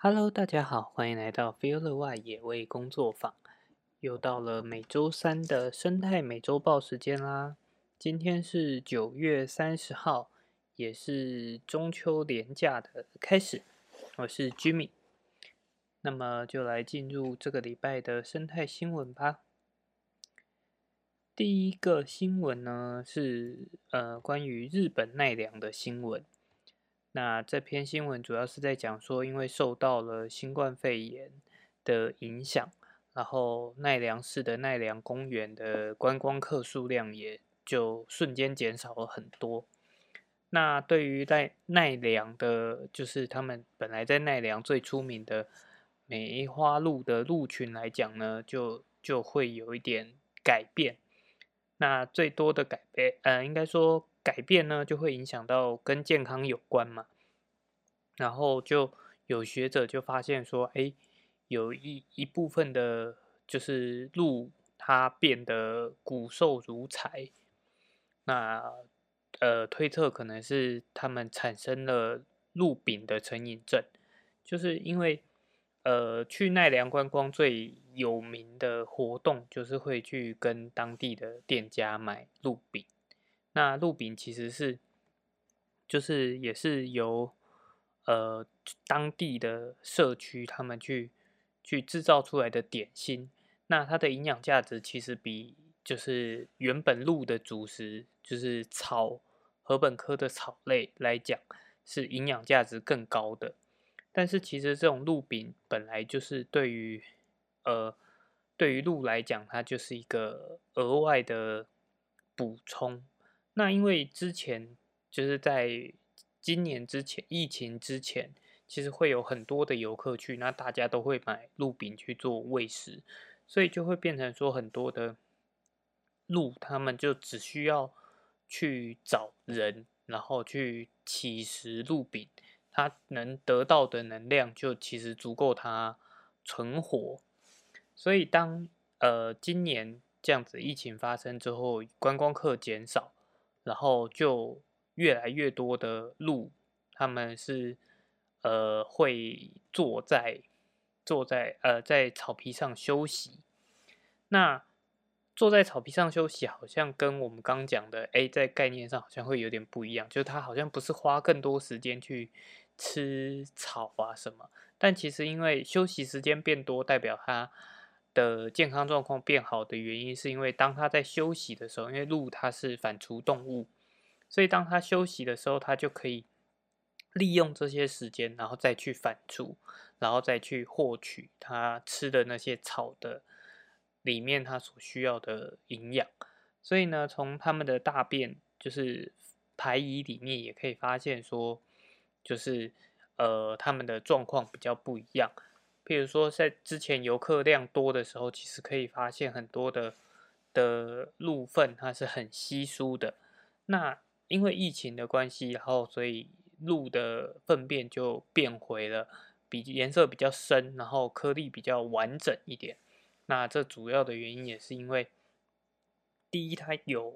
Hello，大家好，欢迎来到 Feel the Wild 野味工作坊。又到了每周三的生态美洲豹时间啦。今天是9月30号，也是中秋连假的开始。我是 Jimmy，那么就来进入这个礼拜的生态新闻吧。第一个新闻呢是关于日本奈良的新闻。那这篇新闻主要是在讲说，因为受到了新冠肺炎的影响，然后奈良市的奈良公园的观光客数量也就瞬间减少了很多。那对于奈良的，就是他们本来在奈良最出名的梅花鹿的鹿群来讲呢，就会有一点改变。那最多的改变，应该说改变呢，就会影响到跟健康有关嘛。然后就有学者就发现说，哎，有一部分的，就是鹿它变得骨瘦如柴，那推测可能是它们产生了鹿饼的成瘾症，就是因为去奈良观光最有名的活动就是会去跟当地的店家买鹿饼。那鹿饼其实是就是也是由呃当地的社区他们去制造出来的点心，那它的营养价值其实比就是原本鹿的主食，就是禾本科的草类来讲，是营养价值更高的。但是其实这种鹿饼本来就是呃对于鹿来讲，它就是一个额外的补充。那因为之前就是在今年之前，疫情之前，其实会有很多的游客去，那大家都会买鹿饼去做喂食，所以就会变成说很多的鹿，他们就只需要去找人，然后去乞食鹿饼，它能得到的能量就其实足够它存活。所以当今年这样子疫情发生之后，观光客减少，然后就越来越多的鹿，他们是会在草皮上休息。那坐在草皮上休息，好像跟我们刚讲的，哎，在概念上好像会有点不一样，就是它好像不是花更多时间去吃草啊什么，但其实因为休息时间变多，代表它的健康状况变好的原因，是因为当它在休息的时候，因为鹿它是反刍动物，所以当它休息的时候，它就可以利用这些时间，然后再去反刍，然后再去获取它吃的那些草的里面它所需要的营养。所以呢，从它们的大便就是排遗里面也可以发现说，就是它们的状况比较不一样。譬如说，在之前游客量多的时候，其实可以发现很多的鹿粪它是很稀疏的。那因为疫情的关系，然后所以鹿的粪便就变回了颜色比较深，然后颗粒比较完整一点。那这主要的原因也是因为，第一，它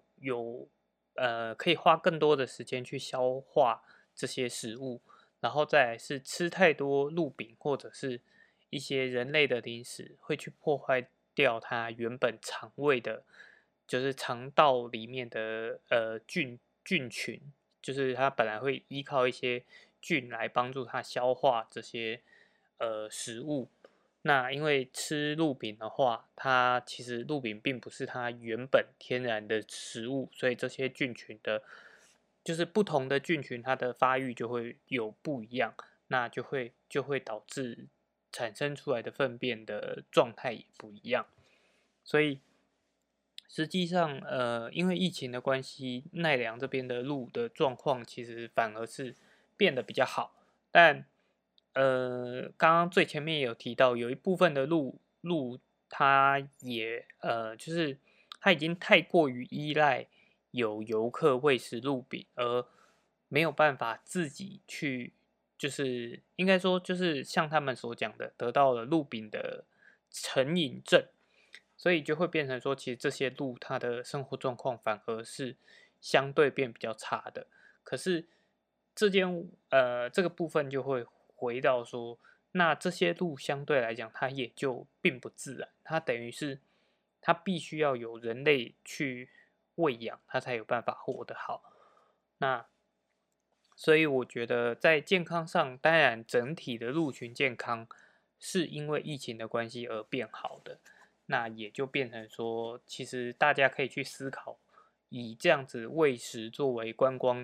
可以花更多的时间去消化这些食物，然后再来是吃太多鹿饼或者是一些人类的零食，会去破坏掉它原本肠胃的，就是肠道里面的菌群，就是它本来会依靠一些菌来帮助它消化这些食物。那因为吃鹿饼的话，它其实鹿饼并不是它原本天然的食物，所以这些菌群的，就是不同的菌群，它的发育就会有不一样，那就会导致产生出来的粪便的状态也不一样。所以实际上，因为疫情的关系，奈良这边的鹿的状况其实反而是变得比较好。但刚刚最前面也有提到，有一部分的鹿，它也就是它已经太过于依赖有游客喂食鹿饼，而没有办法自己去，就是应该说，就是像他们所讲的，得到了鹿饼的成瘾症。所以就会变成说，其实这些鹿它的生活状况反而是相对变比较差的。可是这个部分就会回到说， 那这些鹿相对来讲，它也就并不自然，它等于是它必须要有人类去喂养，它才有办法活得好。那所以我觉得在健康上，当然整体的鹿群健康是因为疫情的关系而变好的，那也就变成说，其实大家可以去思考，以这样子喂食作为观光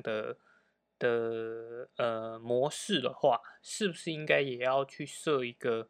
的模式的话，是不是应该也要去设一个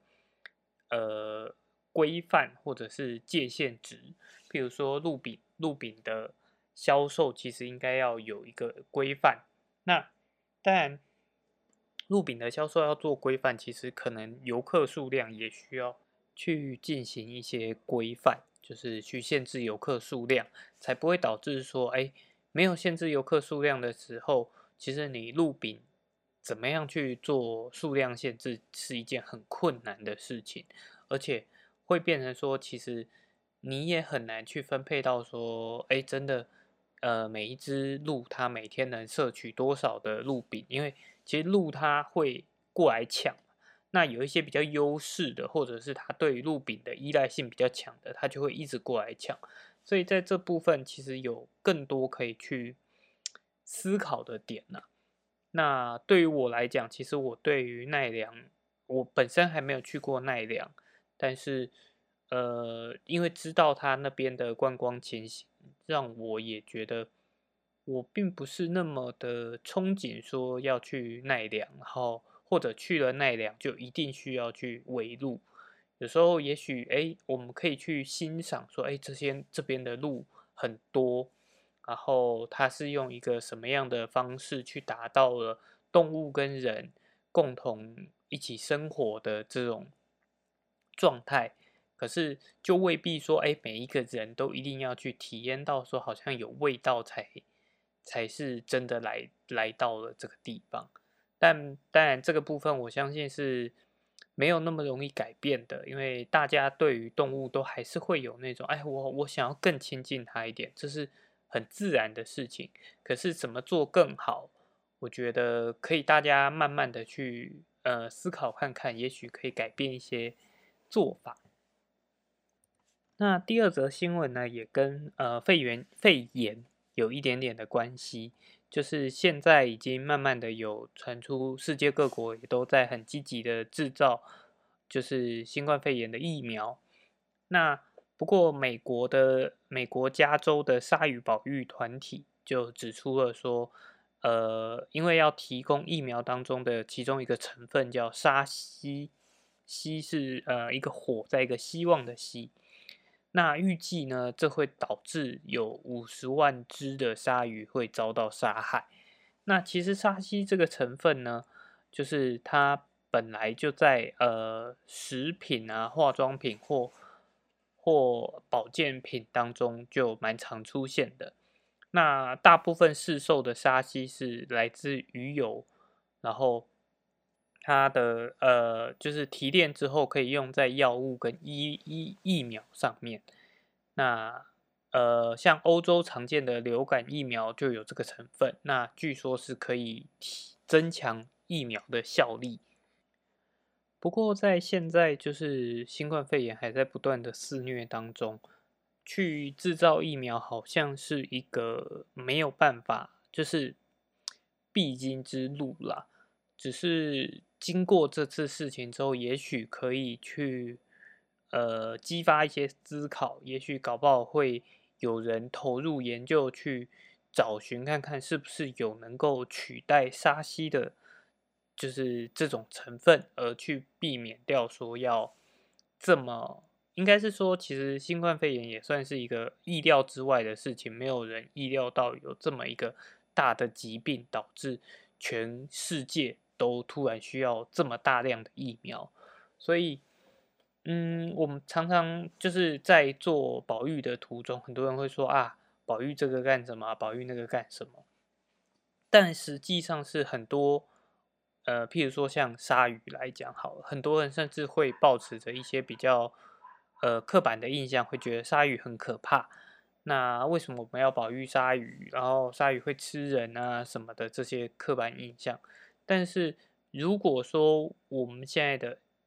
规范或者是界限值？譬如说鹿饼的销售，其实应该要有一个规范。那当然，鹿饼的销售要做规范，其实可能游客数量也需要去进行一些规范，就是去限制游客数量，才不会导致说，哎，没有限制游客数量的时候，其实你鹿饼怎么样去做数量限制是一件很困难的事情，而且会变成说，其实你也很难去分配到说，哎，真的。每一只鹿它每天能摄取多少的鹿饼？因为其实鹿它会过来抢，那有一些比较优势的，或者是它对于鹿饼的依赖性比较强的，它就会一直过来抢。所以在这部分其实有更多可以去思考的点呢、那对于我来讲，其实我对于奈良，我本身还没有去过奈良，但是因为知道他那边的观光情形，让我也觉得我并不是那么的憧憬说要去奈良，然后或者去了奈良就一定需要去围路。有时候也许我们可以去欣赏说，这边的路很多，然后它是用一个什么样的方式去达到了动物跟人共同一起生活的这种状态。可是就未必说，每一个人都一定要去体验到说，好像有味道才是真的来到了这个地方。但当然，这个部分我相信是没有那么容易改变的，因为大家对于动物都还是会有那种，我想要更亲近它一点，这是很自然的事情。可是怎么做更好，我觉得可以大家慢慢的去思考看看，也许可以改变一些做法。那第二则新闻呢，也跟肺炎有一点点的关系，就是现在已经慢慢的有传出，世界各国也都在很积极的制造，就是新冠肺炎的疫苗。那不过美国加州的鲨鱼保育团体就指出了说，因为要提供疫苗当中的其中一个成分叫沙希，希是一个火在一个希望的希。那预计呢，这会导致有50万只的鲨鱼会遭到杀害。那其实沙希这个成分呢，就是它本来就在食品啊、化妆品或保健品当中就蛮常出现的。那大部分市售的沙希是来自鱼油，然后它的就是提炼之后可以用在药物跟疫苗上面。那像欧洲常见的流感疫苗就有这个成分，那据说是可以增强疫苗的效力。不过在现在就是新冠肺炎还在不断的肆虐当中，去制造疫苗好像是一个没有办法，就是必经之路啦。只是经过这次事情之后，也许可以去激发一些思考，也许搞不好会有人投入研究去找寻看看是不是有能够取代沙西的，就是这种成分，而去避免掉说要这么。应该是说，其实新冠肺炎也算是一个意料之外的事情，没有人意料到有这么一个大的疾病，导致全世界都突然需要这么大量的疫苗。所以，我们常常就是在做保育的途中，很多人会说啊，保育这个干什么啊，保育那个干什么？但实际上是很多，譬如说像鲨鱼来讲好了，很多人甚至会抱持着一些比较，刻板的印象，会觉得鲨鱼很可怕。那为什么我们要保育鲨鱼？然后鲨鱼会吃人啊什么的这些刻板印象。但是如果说我们现在的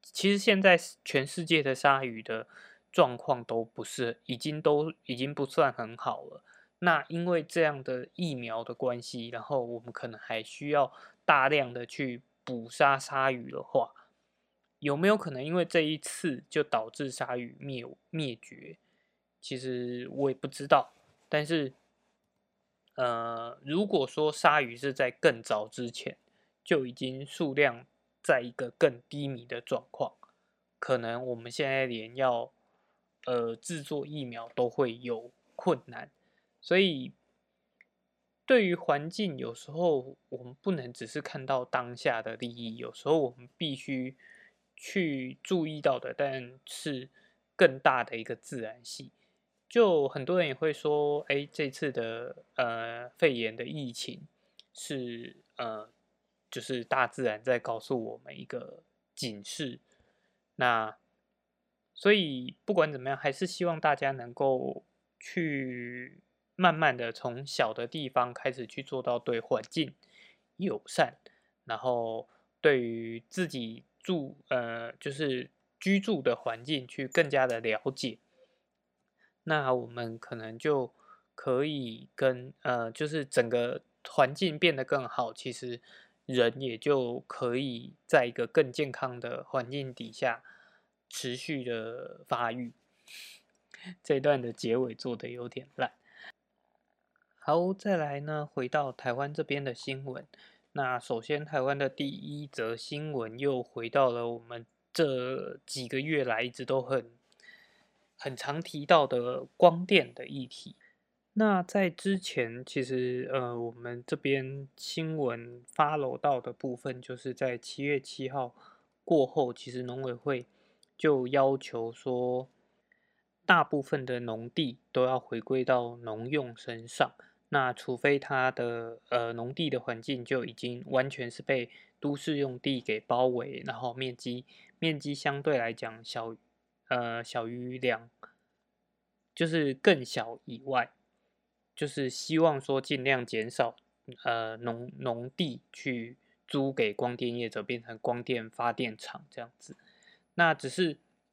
其实现在全世界的鲨鱼的状况都不是，已经不算很好了。那因为这样的疫苗的关系，然后我们可能还需要大量的去捕杀鲨鱼的话，有没有可能因为这一次就导致鲨鱼灭绝？其实我也不知道，但是如果说鲨鱼是在更早之前就已经数量在一个更低迷的状况，可能我们现在连要制作疫苗都会有困难，所以对于环境，有时候我们不能只是看到当下的利益，有时候我们必须去注意到的，但是更大的一个自然系。就很多人也会说，哎，这次的肺炎的疫情是就是大自然在告诉我们一个警示。那所以不管怎么样，还是希望大家能够去慢慢的从小的地方开始去做到对环境友善，然后对于自己就是居住的环境去更加的了解。那我们可能就可以就是整个环境变得更好，其实人也就可以在一个更健康的环境底下持续的发育。这一段的结尾做的有点烂。好，再来呢，回到台湾这边的新闻。那首先，台湾的第一则新闻又回到了我们这几个月来一直都很常提到的光电的议题。那在之前，其实我们这边新闻 follow 到的部分，就是在7月7号过后，其实农委会就要求说，大部分的农地都要回归到农用身上。那除非它的农地的环境就已经完全是被都市用地给包围，然后面积相对来讲小于就是更小以外，就是希望说尽量减少农地去租给光电业者，变成光电发电厂这样子。那只是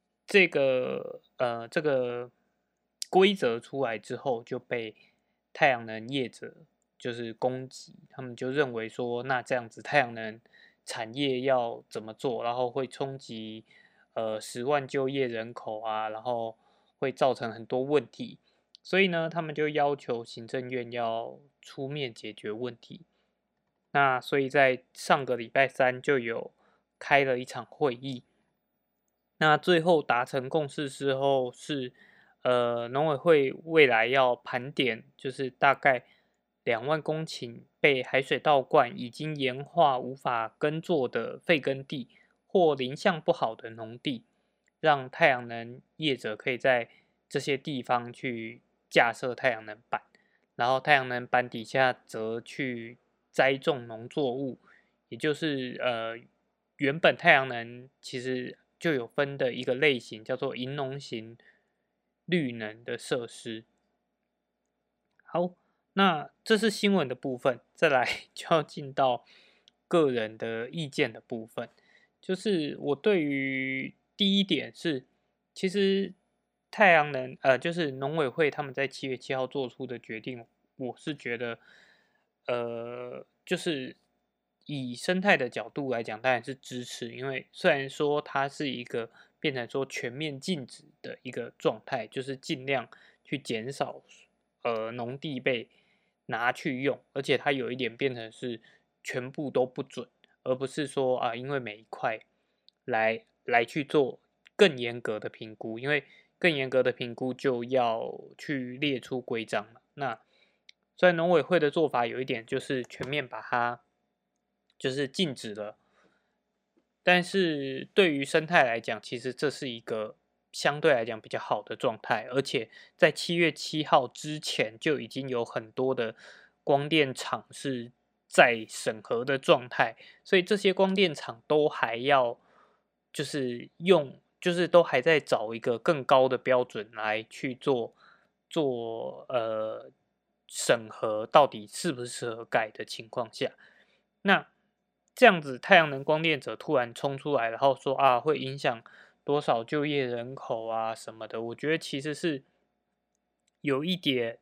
这个规则出来之后，就被太阳能业者就是攻击，他们就认为说，那这样子太阳能产业要怎么做，然后会冲击10万就业人口啊，然后会造成很多问题，所以呢，他们就要求行政院要出面解决问题。那所以在上个礼拜三就有开了一场会议，那最后达成共识之后是，农委会未来要盘点，就是大概2万公顷被海水倒灌、已经盐化无法耕作的废耕地或林相不好的农地，让太阳能业者可以在这些地方去架设太阳能板，然后太阳能板底下则去栽种农作物，也就是原本太阳能其实就有分的一个类型，叫做银农型绿能的设施。好，那这是新闻的部分，再来就要进到个人的意见的部分。就是我对于第一点是，其实太阳能就是农委会他们在7月7号做出的决定，我是觉得就是以生态的角度来讲，当然是支持，因为虽然说它是一个变成说全面禁止的一个状态，就是尽量去减少农地被拿去用，而且它有一点变成是全部都不准，而不是说因为每一块来去做更严格的评估，因为更严格的评估就要去列出规章嘛。那虽然农委会的做法有一点就是全面把它就是禁止了，但是对于生态来讲，其实这是一个相对来讲比较好的状态，而且在7月7号之前就已经有很多的光电厂是在审核的状态，所以这些光电厂都还要就是都还在找一个更高的标准来去做审核，到底适不适合盖的情况下，那这样子太阳能光电者突然冲出来，然后说啊会影响多少就业人口啊什么的，我觉得其实是有一点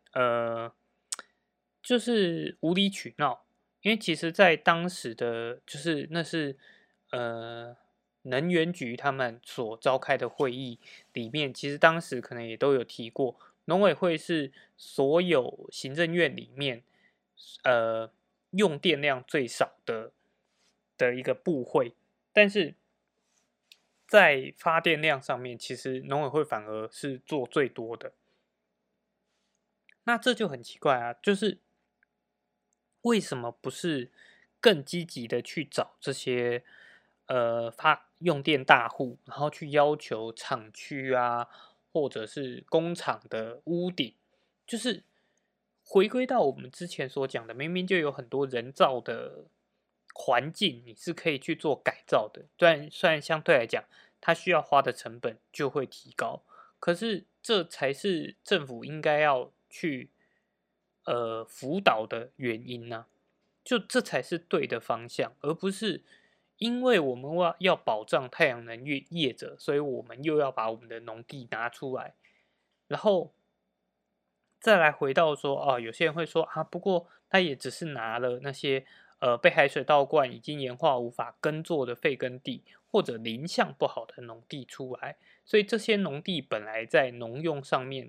就是无理取闹。因为其实在当时的就是那是呃能源局他们所召开的会议里面，其实当时可能也都有提过，农委会是所有行政院里面呃用电量最少的一个部会，但是在发电量上面，其实农委会反而是做最多的。那这就很奇怪啊，就是为什么不是更积极的去找这些发用电大户，然后去要求厂区啊，或者是工厂的屋顶，就是回归到我们之前所讲的，明明就有很多人造的环境，你是可以去做改造的。虽然相对来讲，它需要花的成本就会提高，可是这才是政府应该要去辅导的原因呢、就这才是对的方向，而不是因为我们要保障太阳能业者，所以我们又要把我们的农地拿出来，然后再来回到说，哦，有些人会说啊，不过他也只是拿了那些被海水倒灌、已经盐化无法耕作的废耕地，或者林相不好的农地出来，所以这些农地本来在农用上面，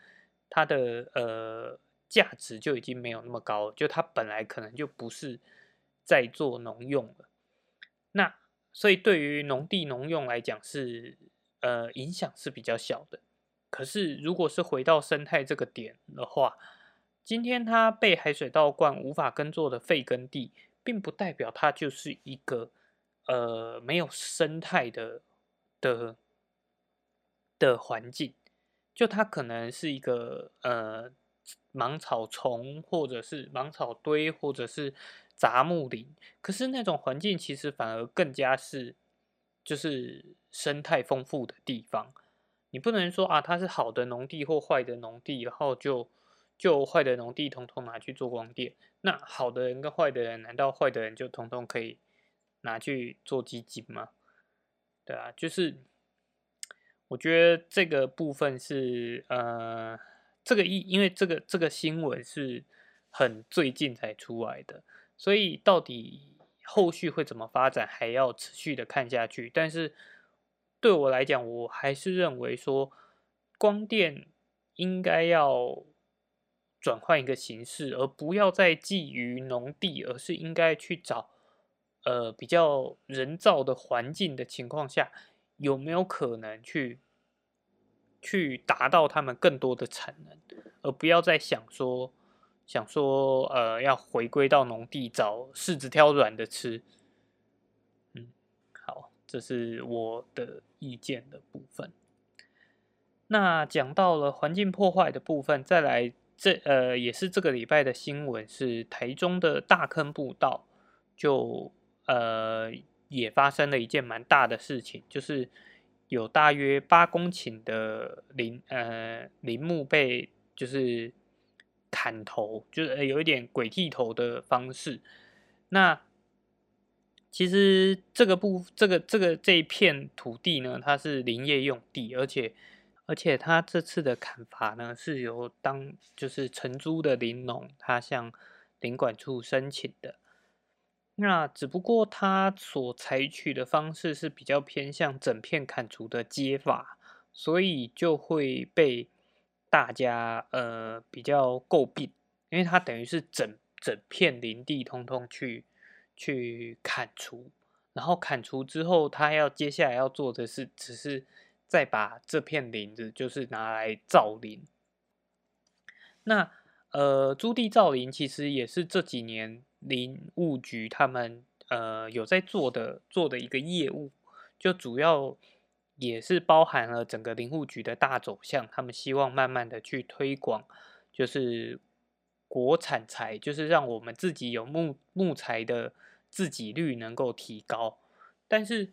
它的价值就已经没有那么高了，就它本来可能就不是在做农用了。那所以对于农地农用来讲是影响是比较小的。可是如果是回到生态这个点的话，今天它被海水倒灌无法耕作的废耕地，并不代表它就是一个没有生态的的环境，就它可能是一个芒草丛，或者是芒草堆，或者是杂木林。可是那种环境其实反而更加是就是生态丰富的地方。你不能说啊，它是好的农地或坏的农地，然后就坏的农地统统拿去做光电。那好的人跟坏的人，难道坏的人就统统可以拿去做基金吗？对啊，就是我觉得这个部分是因为这个新闻是很最近才出来的，所以到底后续会怎么发展，还要持续的看下去。但是对我来讲，我还是认为说，光电应该要转换一个形式，而不要再寄于农地，而是应该去找比较人造的环境的情况下，有没有可能去达到他们更多的产能，而不要再想说要回归到农地找柿子挑软的吃。嗯，好，这是我的意见的部分。那讲到了环境破坏的部分，再来也是这个礼拜的新闻是台中的大坑步道就呃也发生了一件蛮大的事情，就是有大约8公顷的林木被就是砍头，就是有一点鬼剃头的方式。那其实这一片土地呢，它是林业用地，而且它这次的砍伐呢，是由就是承租的林农，他向林管处申请的。那只不过他所采取的方式是比较偏向整片砍除的接法，所以就会被大家比较诟病，因为它等于是整片林地通通去砍除，然后砍除之后，他接下来要做的是，只是再把这片林子就是拿来造林。那朱地造林其实也是这几年林务局他们有在做的一个业务，就主要也是包含了整个林务局的大走向，他们希望慢慢的去推广，就是国产材，就是让我们自己有木材的自给率能够提高，但是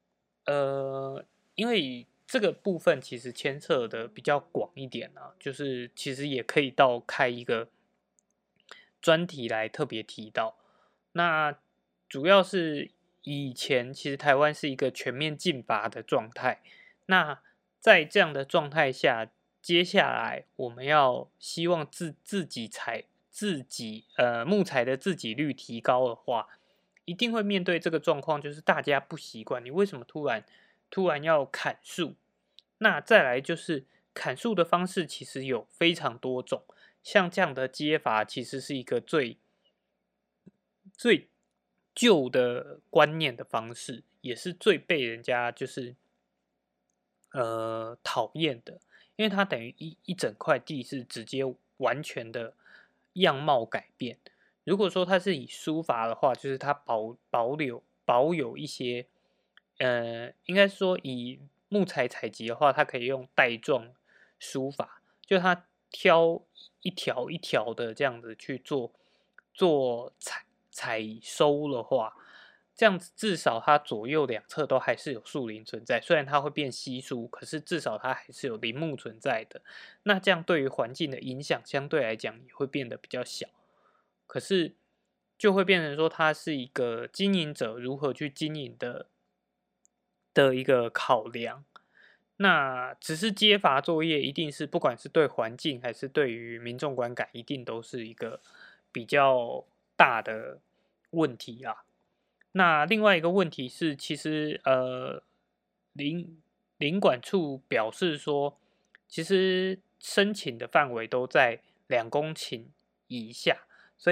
因为这个部分其实牵涉的比较广一点啊，就是其实也可以开一个专题来特别提到。那主要是以前其实台湾是一个全面禁罚的状态，那在这样的状态下，接下来我们要希望自己木材的自给率提高的话，一定会面对这个状况，就是大家不习惯，你为什么突然要砍树？那再来就是砍树的方式其实有非常多种，像这样的接法其实是一个最旧的观念的方式，也是最被人家就是讨厌的，因为它等于一整块地是直接完全的样貌改变。如果说它是以书法的话，就是它保有一些，应该说以木材采集的话，它可以用带状书法，就它挑一条一条的这样子去做采收的话，这样子至少它左右两侧都还是有树林存在，虽然它会变稀疏，可是至少它还是有林木存在的。那这样对于环境的影响相对来讲也会变得比较小。可是就会变成说，它是一个经营者如何去经营的一个考量。那只是揭发作业，一定是不管是对环境还是对于民众观感，一定都是一个比较大的问题啊。那另外一个问题是，其实林管处表示说，其实申请的范围都在2公顷以下，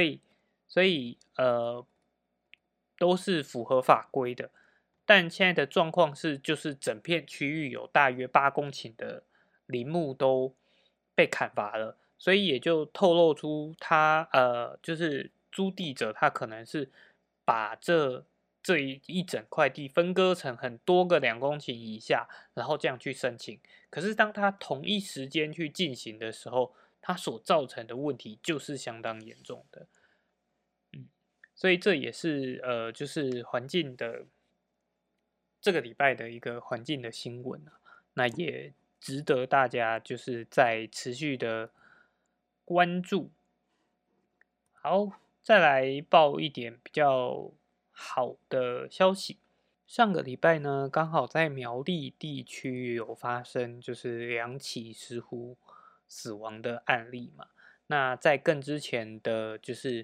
所以都是符合法规的。但现在的状况是，就是整片区域有大约8公顷的林木都被砍伐了，所以也就透露出他就是租地者他可能是把这一整块地分割成很多个2公顷以下，然后这样去申请。可是当他同一时间去进行的时候，它所造成的问题就是相当严重的。所以这也是就是环境的这个礼拜的一个环境的新闻啊，那也值得大家就是在持续的关注。好，再来报一点比较好的消息。上个礼拜呢，刚好在苗栗地区有发生就是2起石虎死亡的案例嘛。那在更之前的就是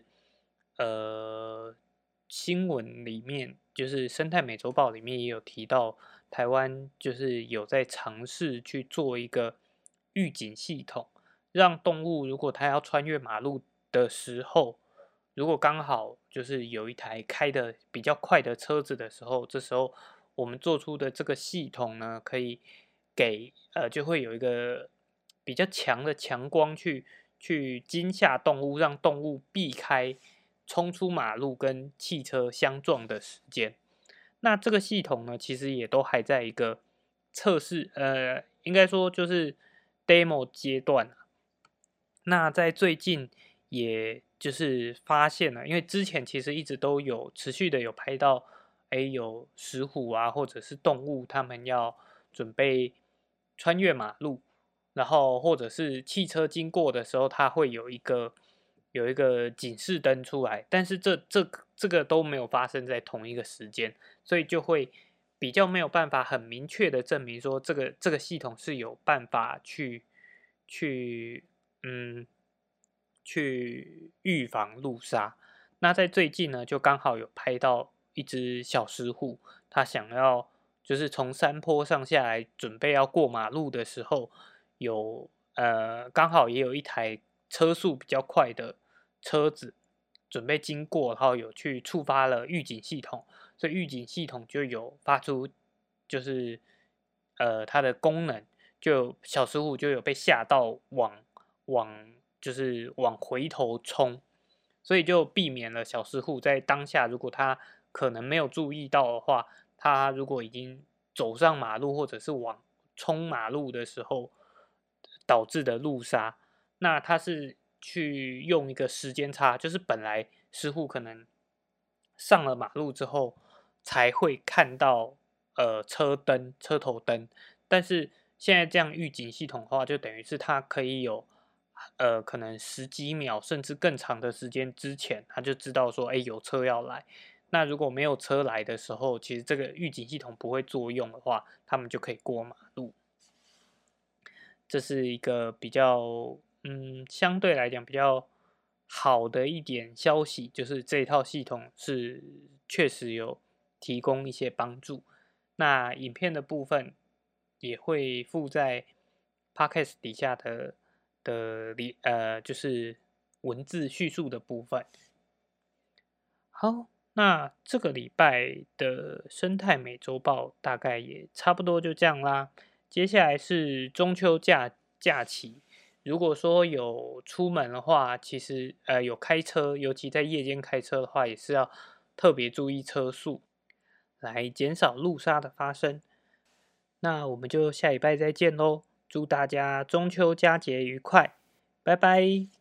新闻里面，就是生态美洲豹里面也有提到，台湾就是有在尝试去做一个预警系统，让动物如果它要穿越马路的时候，如果刚好就是有一台开的比较快的车子的时候，这时候我们做出的这个系统呢，可以就会有一个比较强的强光去惊吓动物，让动物避开冲出马路跟汽车相撞的时间。那这个系统呢，其实也都还在一个测试，应该说就是 demo 阶段啊。那在最近，也就是发现了，因为之前其实一直都有持续的有拍到，有石虎啊，或者是动物，它们要准备穿越马路，然后或者是汽车经过的时候，它会有一个警示灯出来，但是这个都没有发生在同一个时间，所以就会比较没有办法很明确的证明说这个系统是有办法去嗯，去预防路杀。那在最近呢，就刚好有拍到一只小石虎，它想要就是从山坡上下来，准备要过马路的时候，刚好也有一台车速比较快的车子准备经过，然后有去触发了预警系统，所以预警系统就有发出就是它的功能。就小石虎就有被吓到往就是往回头冲，所以就避免了小石虎在当下如果他可能没有注意到的话，他如果已经走上马路或者是往冲马路的时候导致的路杀。那他是去用一个时间差，就是本来石虎可能上了马路之后才会看到车头灯，但是现在这样预警系统的话，就等于是它可以有可能10几秒甚至更长的时间之前，它就知道说，有车要来。 那如果没有车来的时候，其实这个预警系统不会作用的话，他们就可以过马路。这是一个比较，相对来讲比较好的一点消息，就是这一套系统是确实有提供一些帮助。那影片的部分也会附在 Podcast 底下就是文字叙述的部分。好，那这个礼拜的生态美洲豹大概也差不多就这样啦。接下来是中秋假期，如果说有出门的话，其实有开车，尤其在夜间开车的话，也是要特别注意车速，来减少路杀的发生。那我们就下礼拜再见喽，祝大家中秋佳节愉快，拜拜。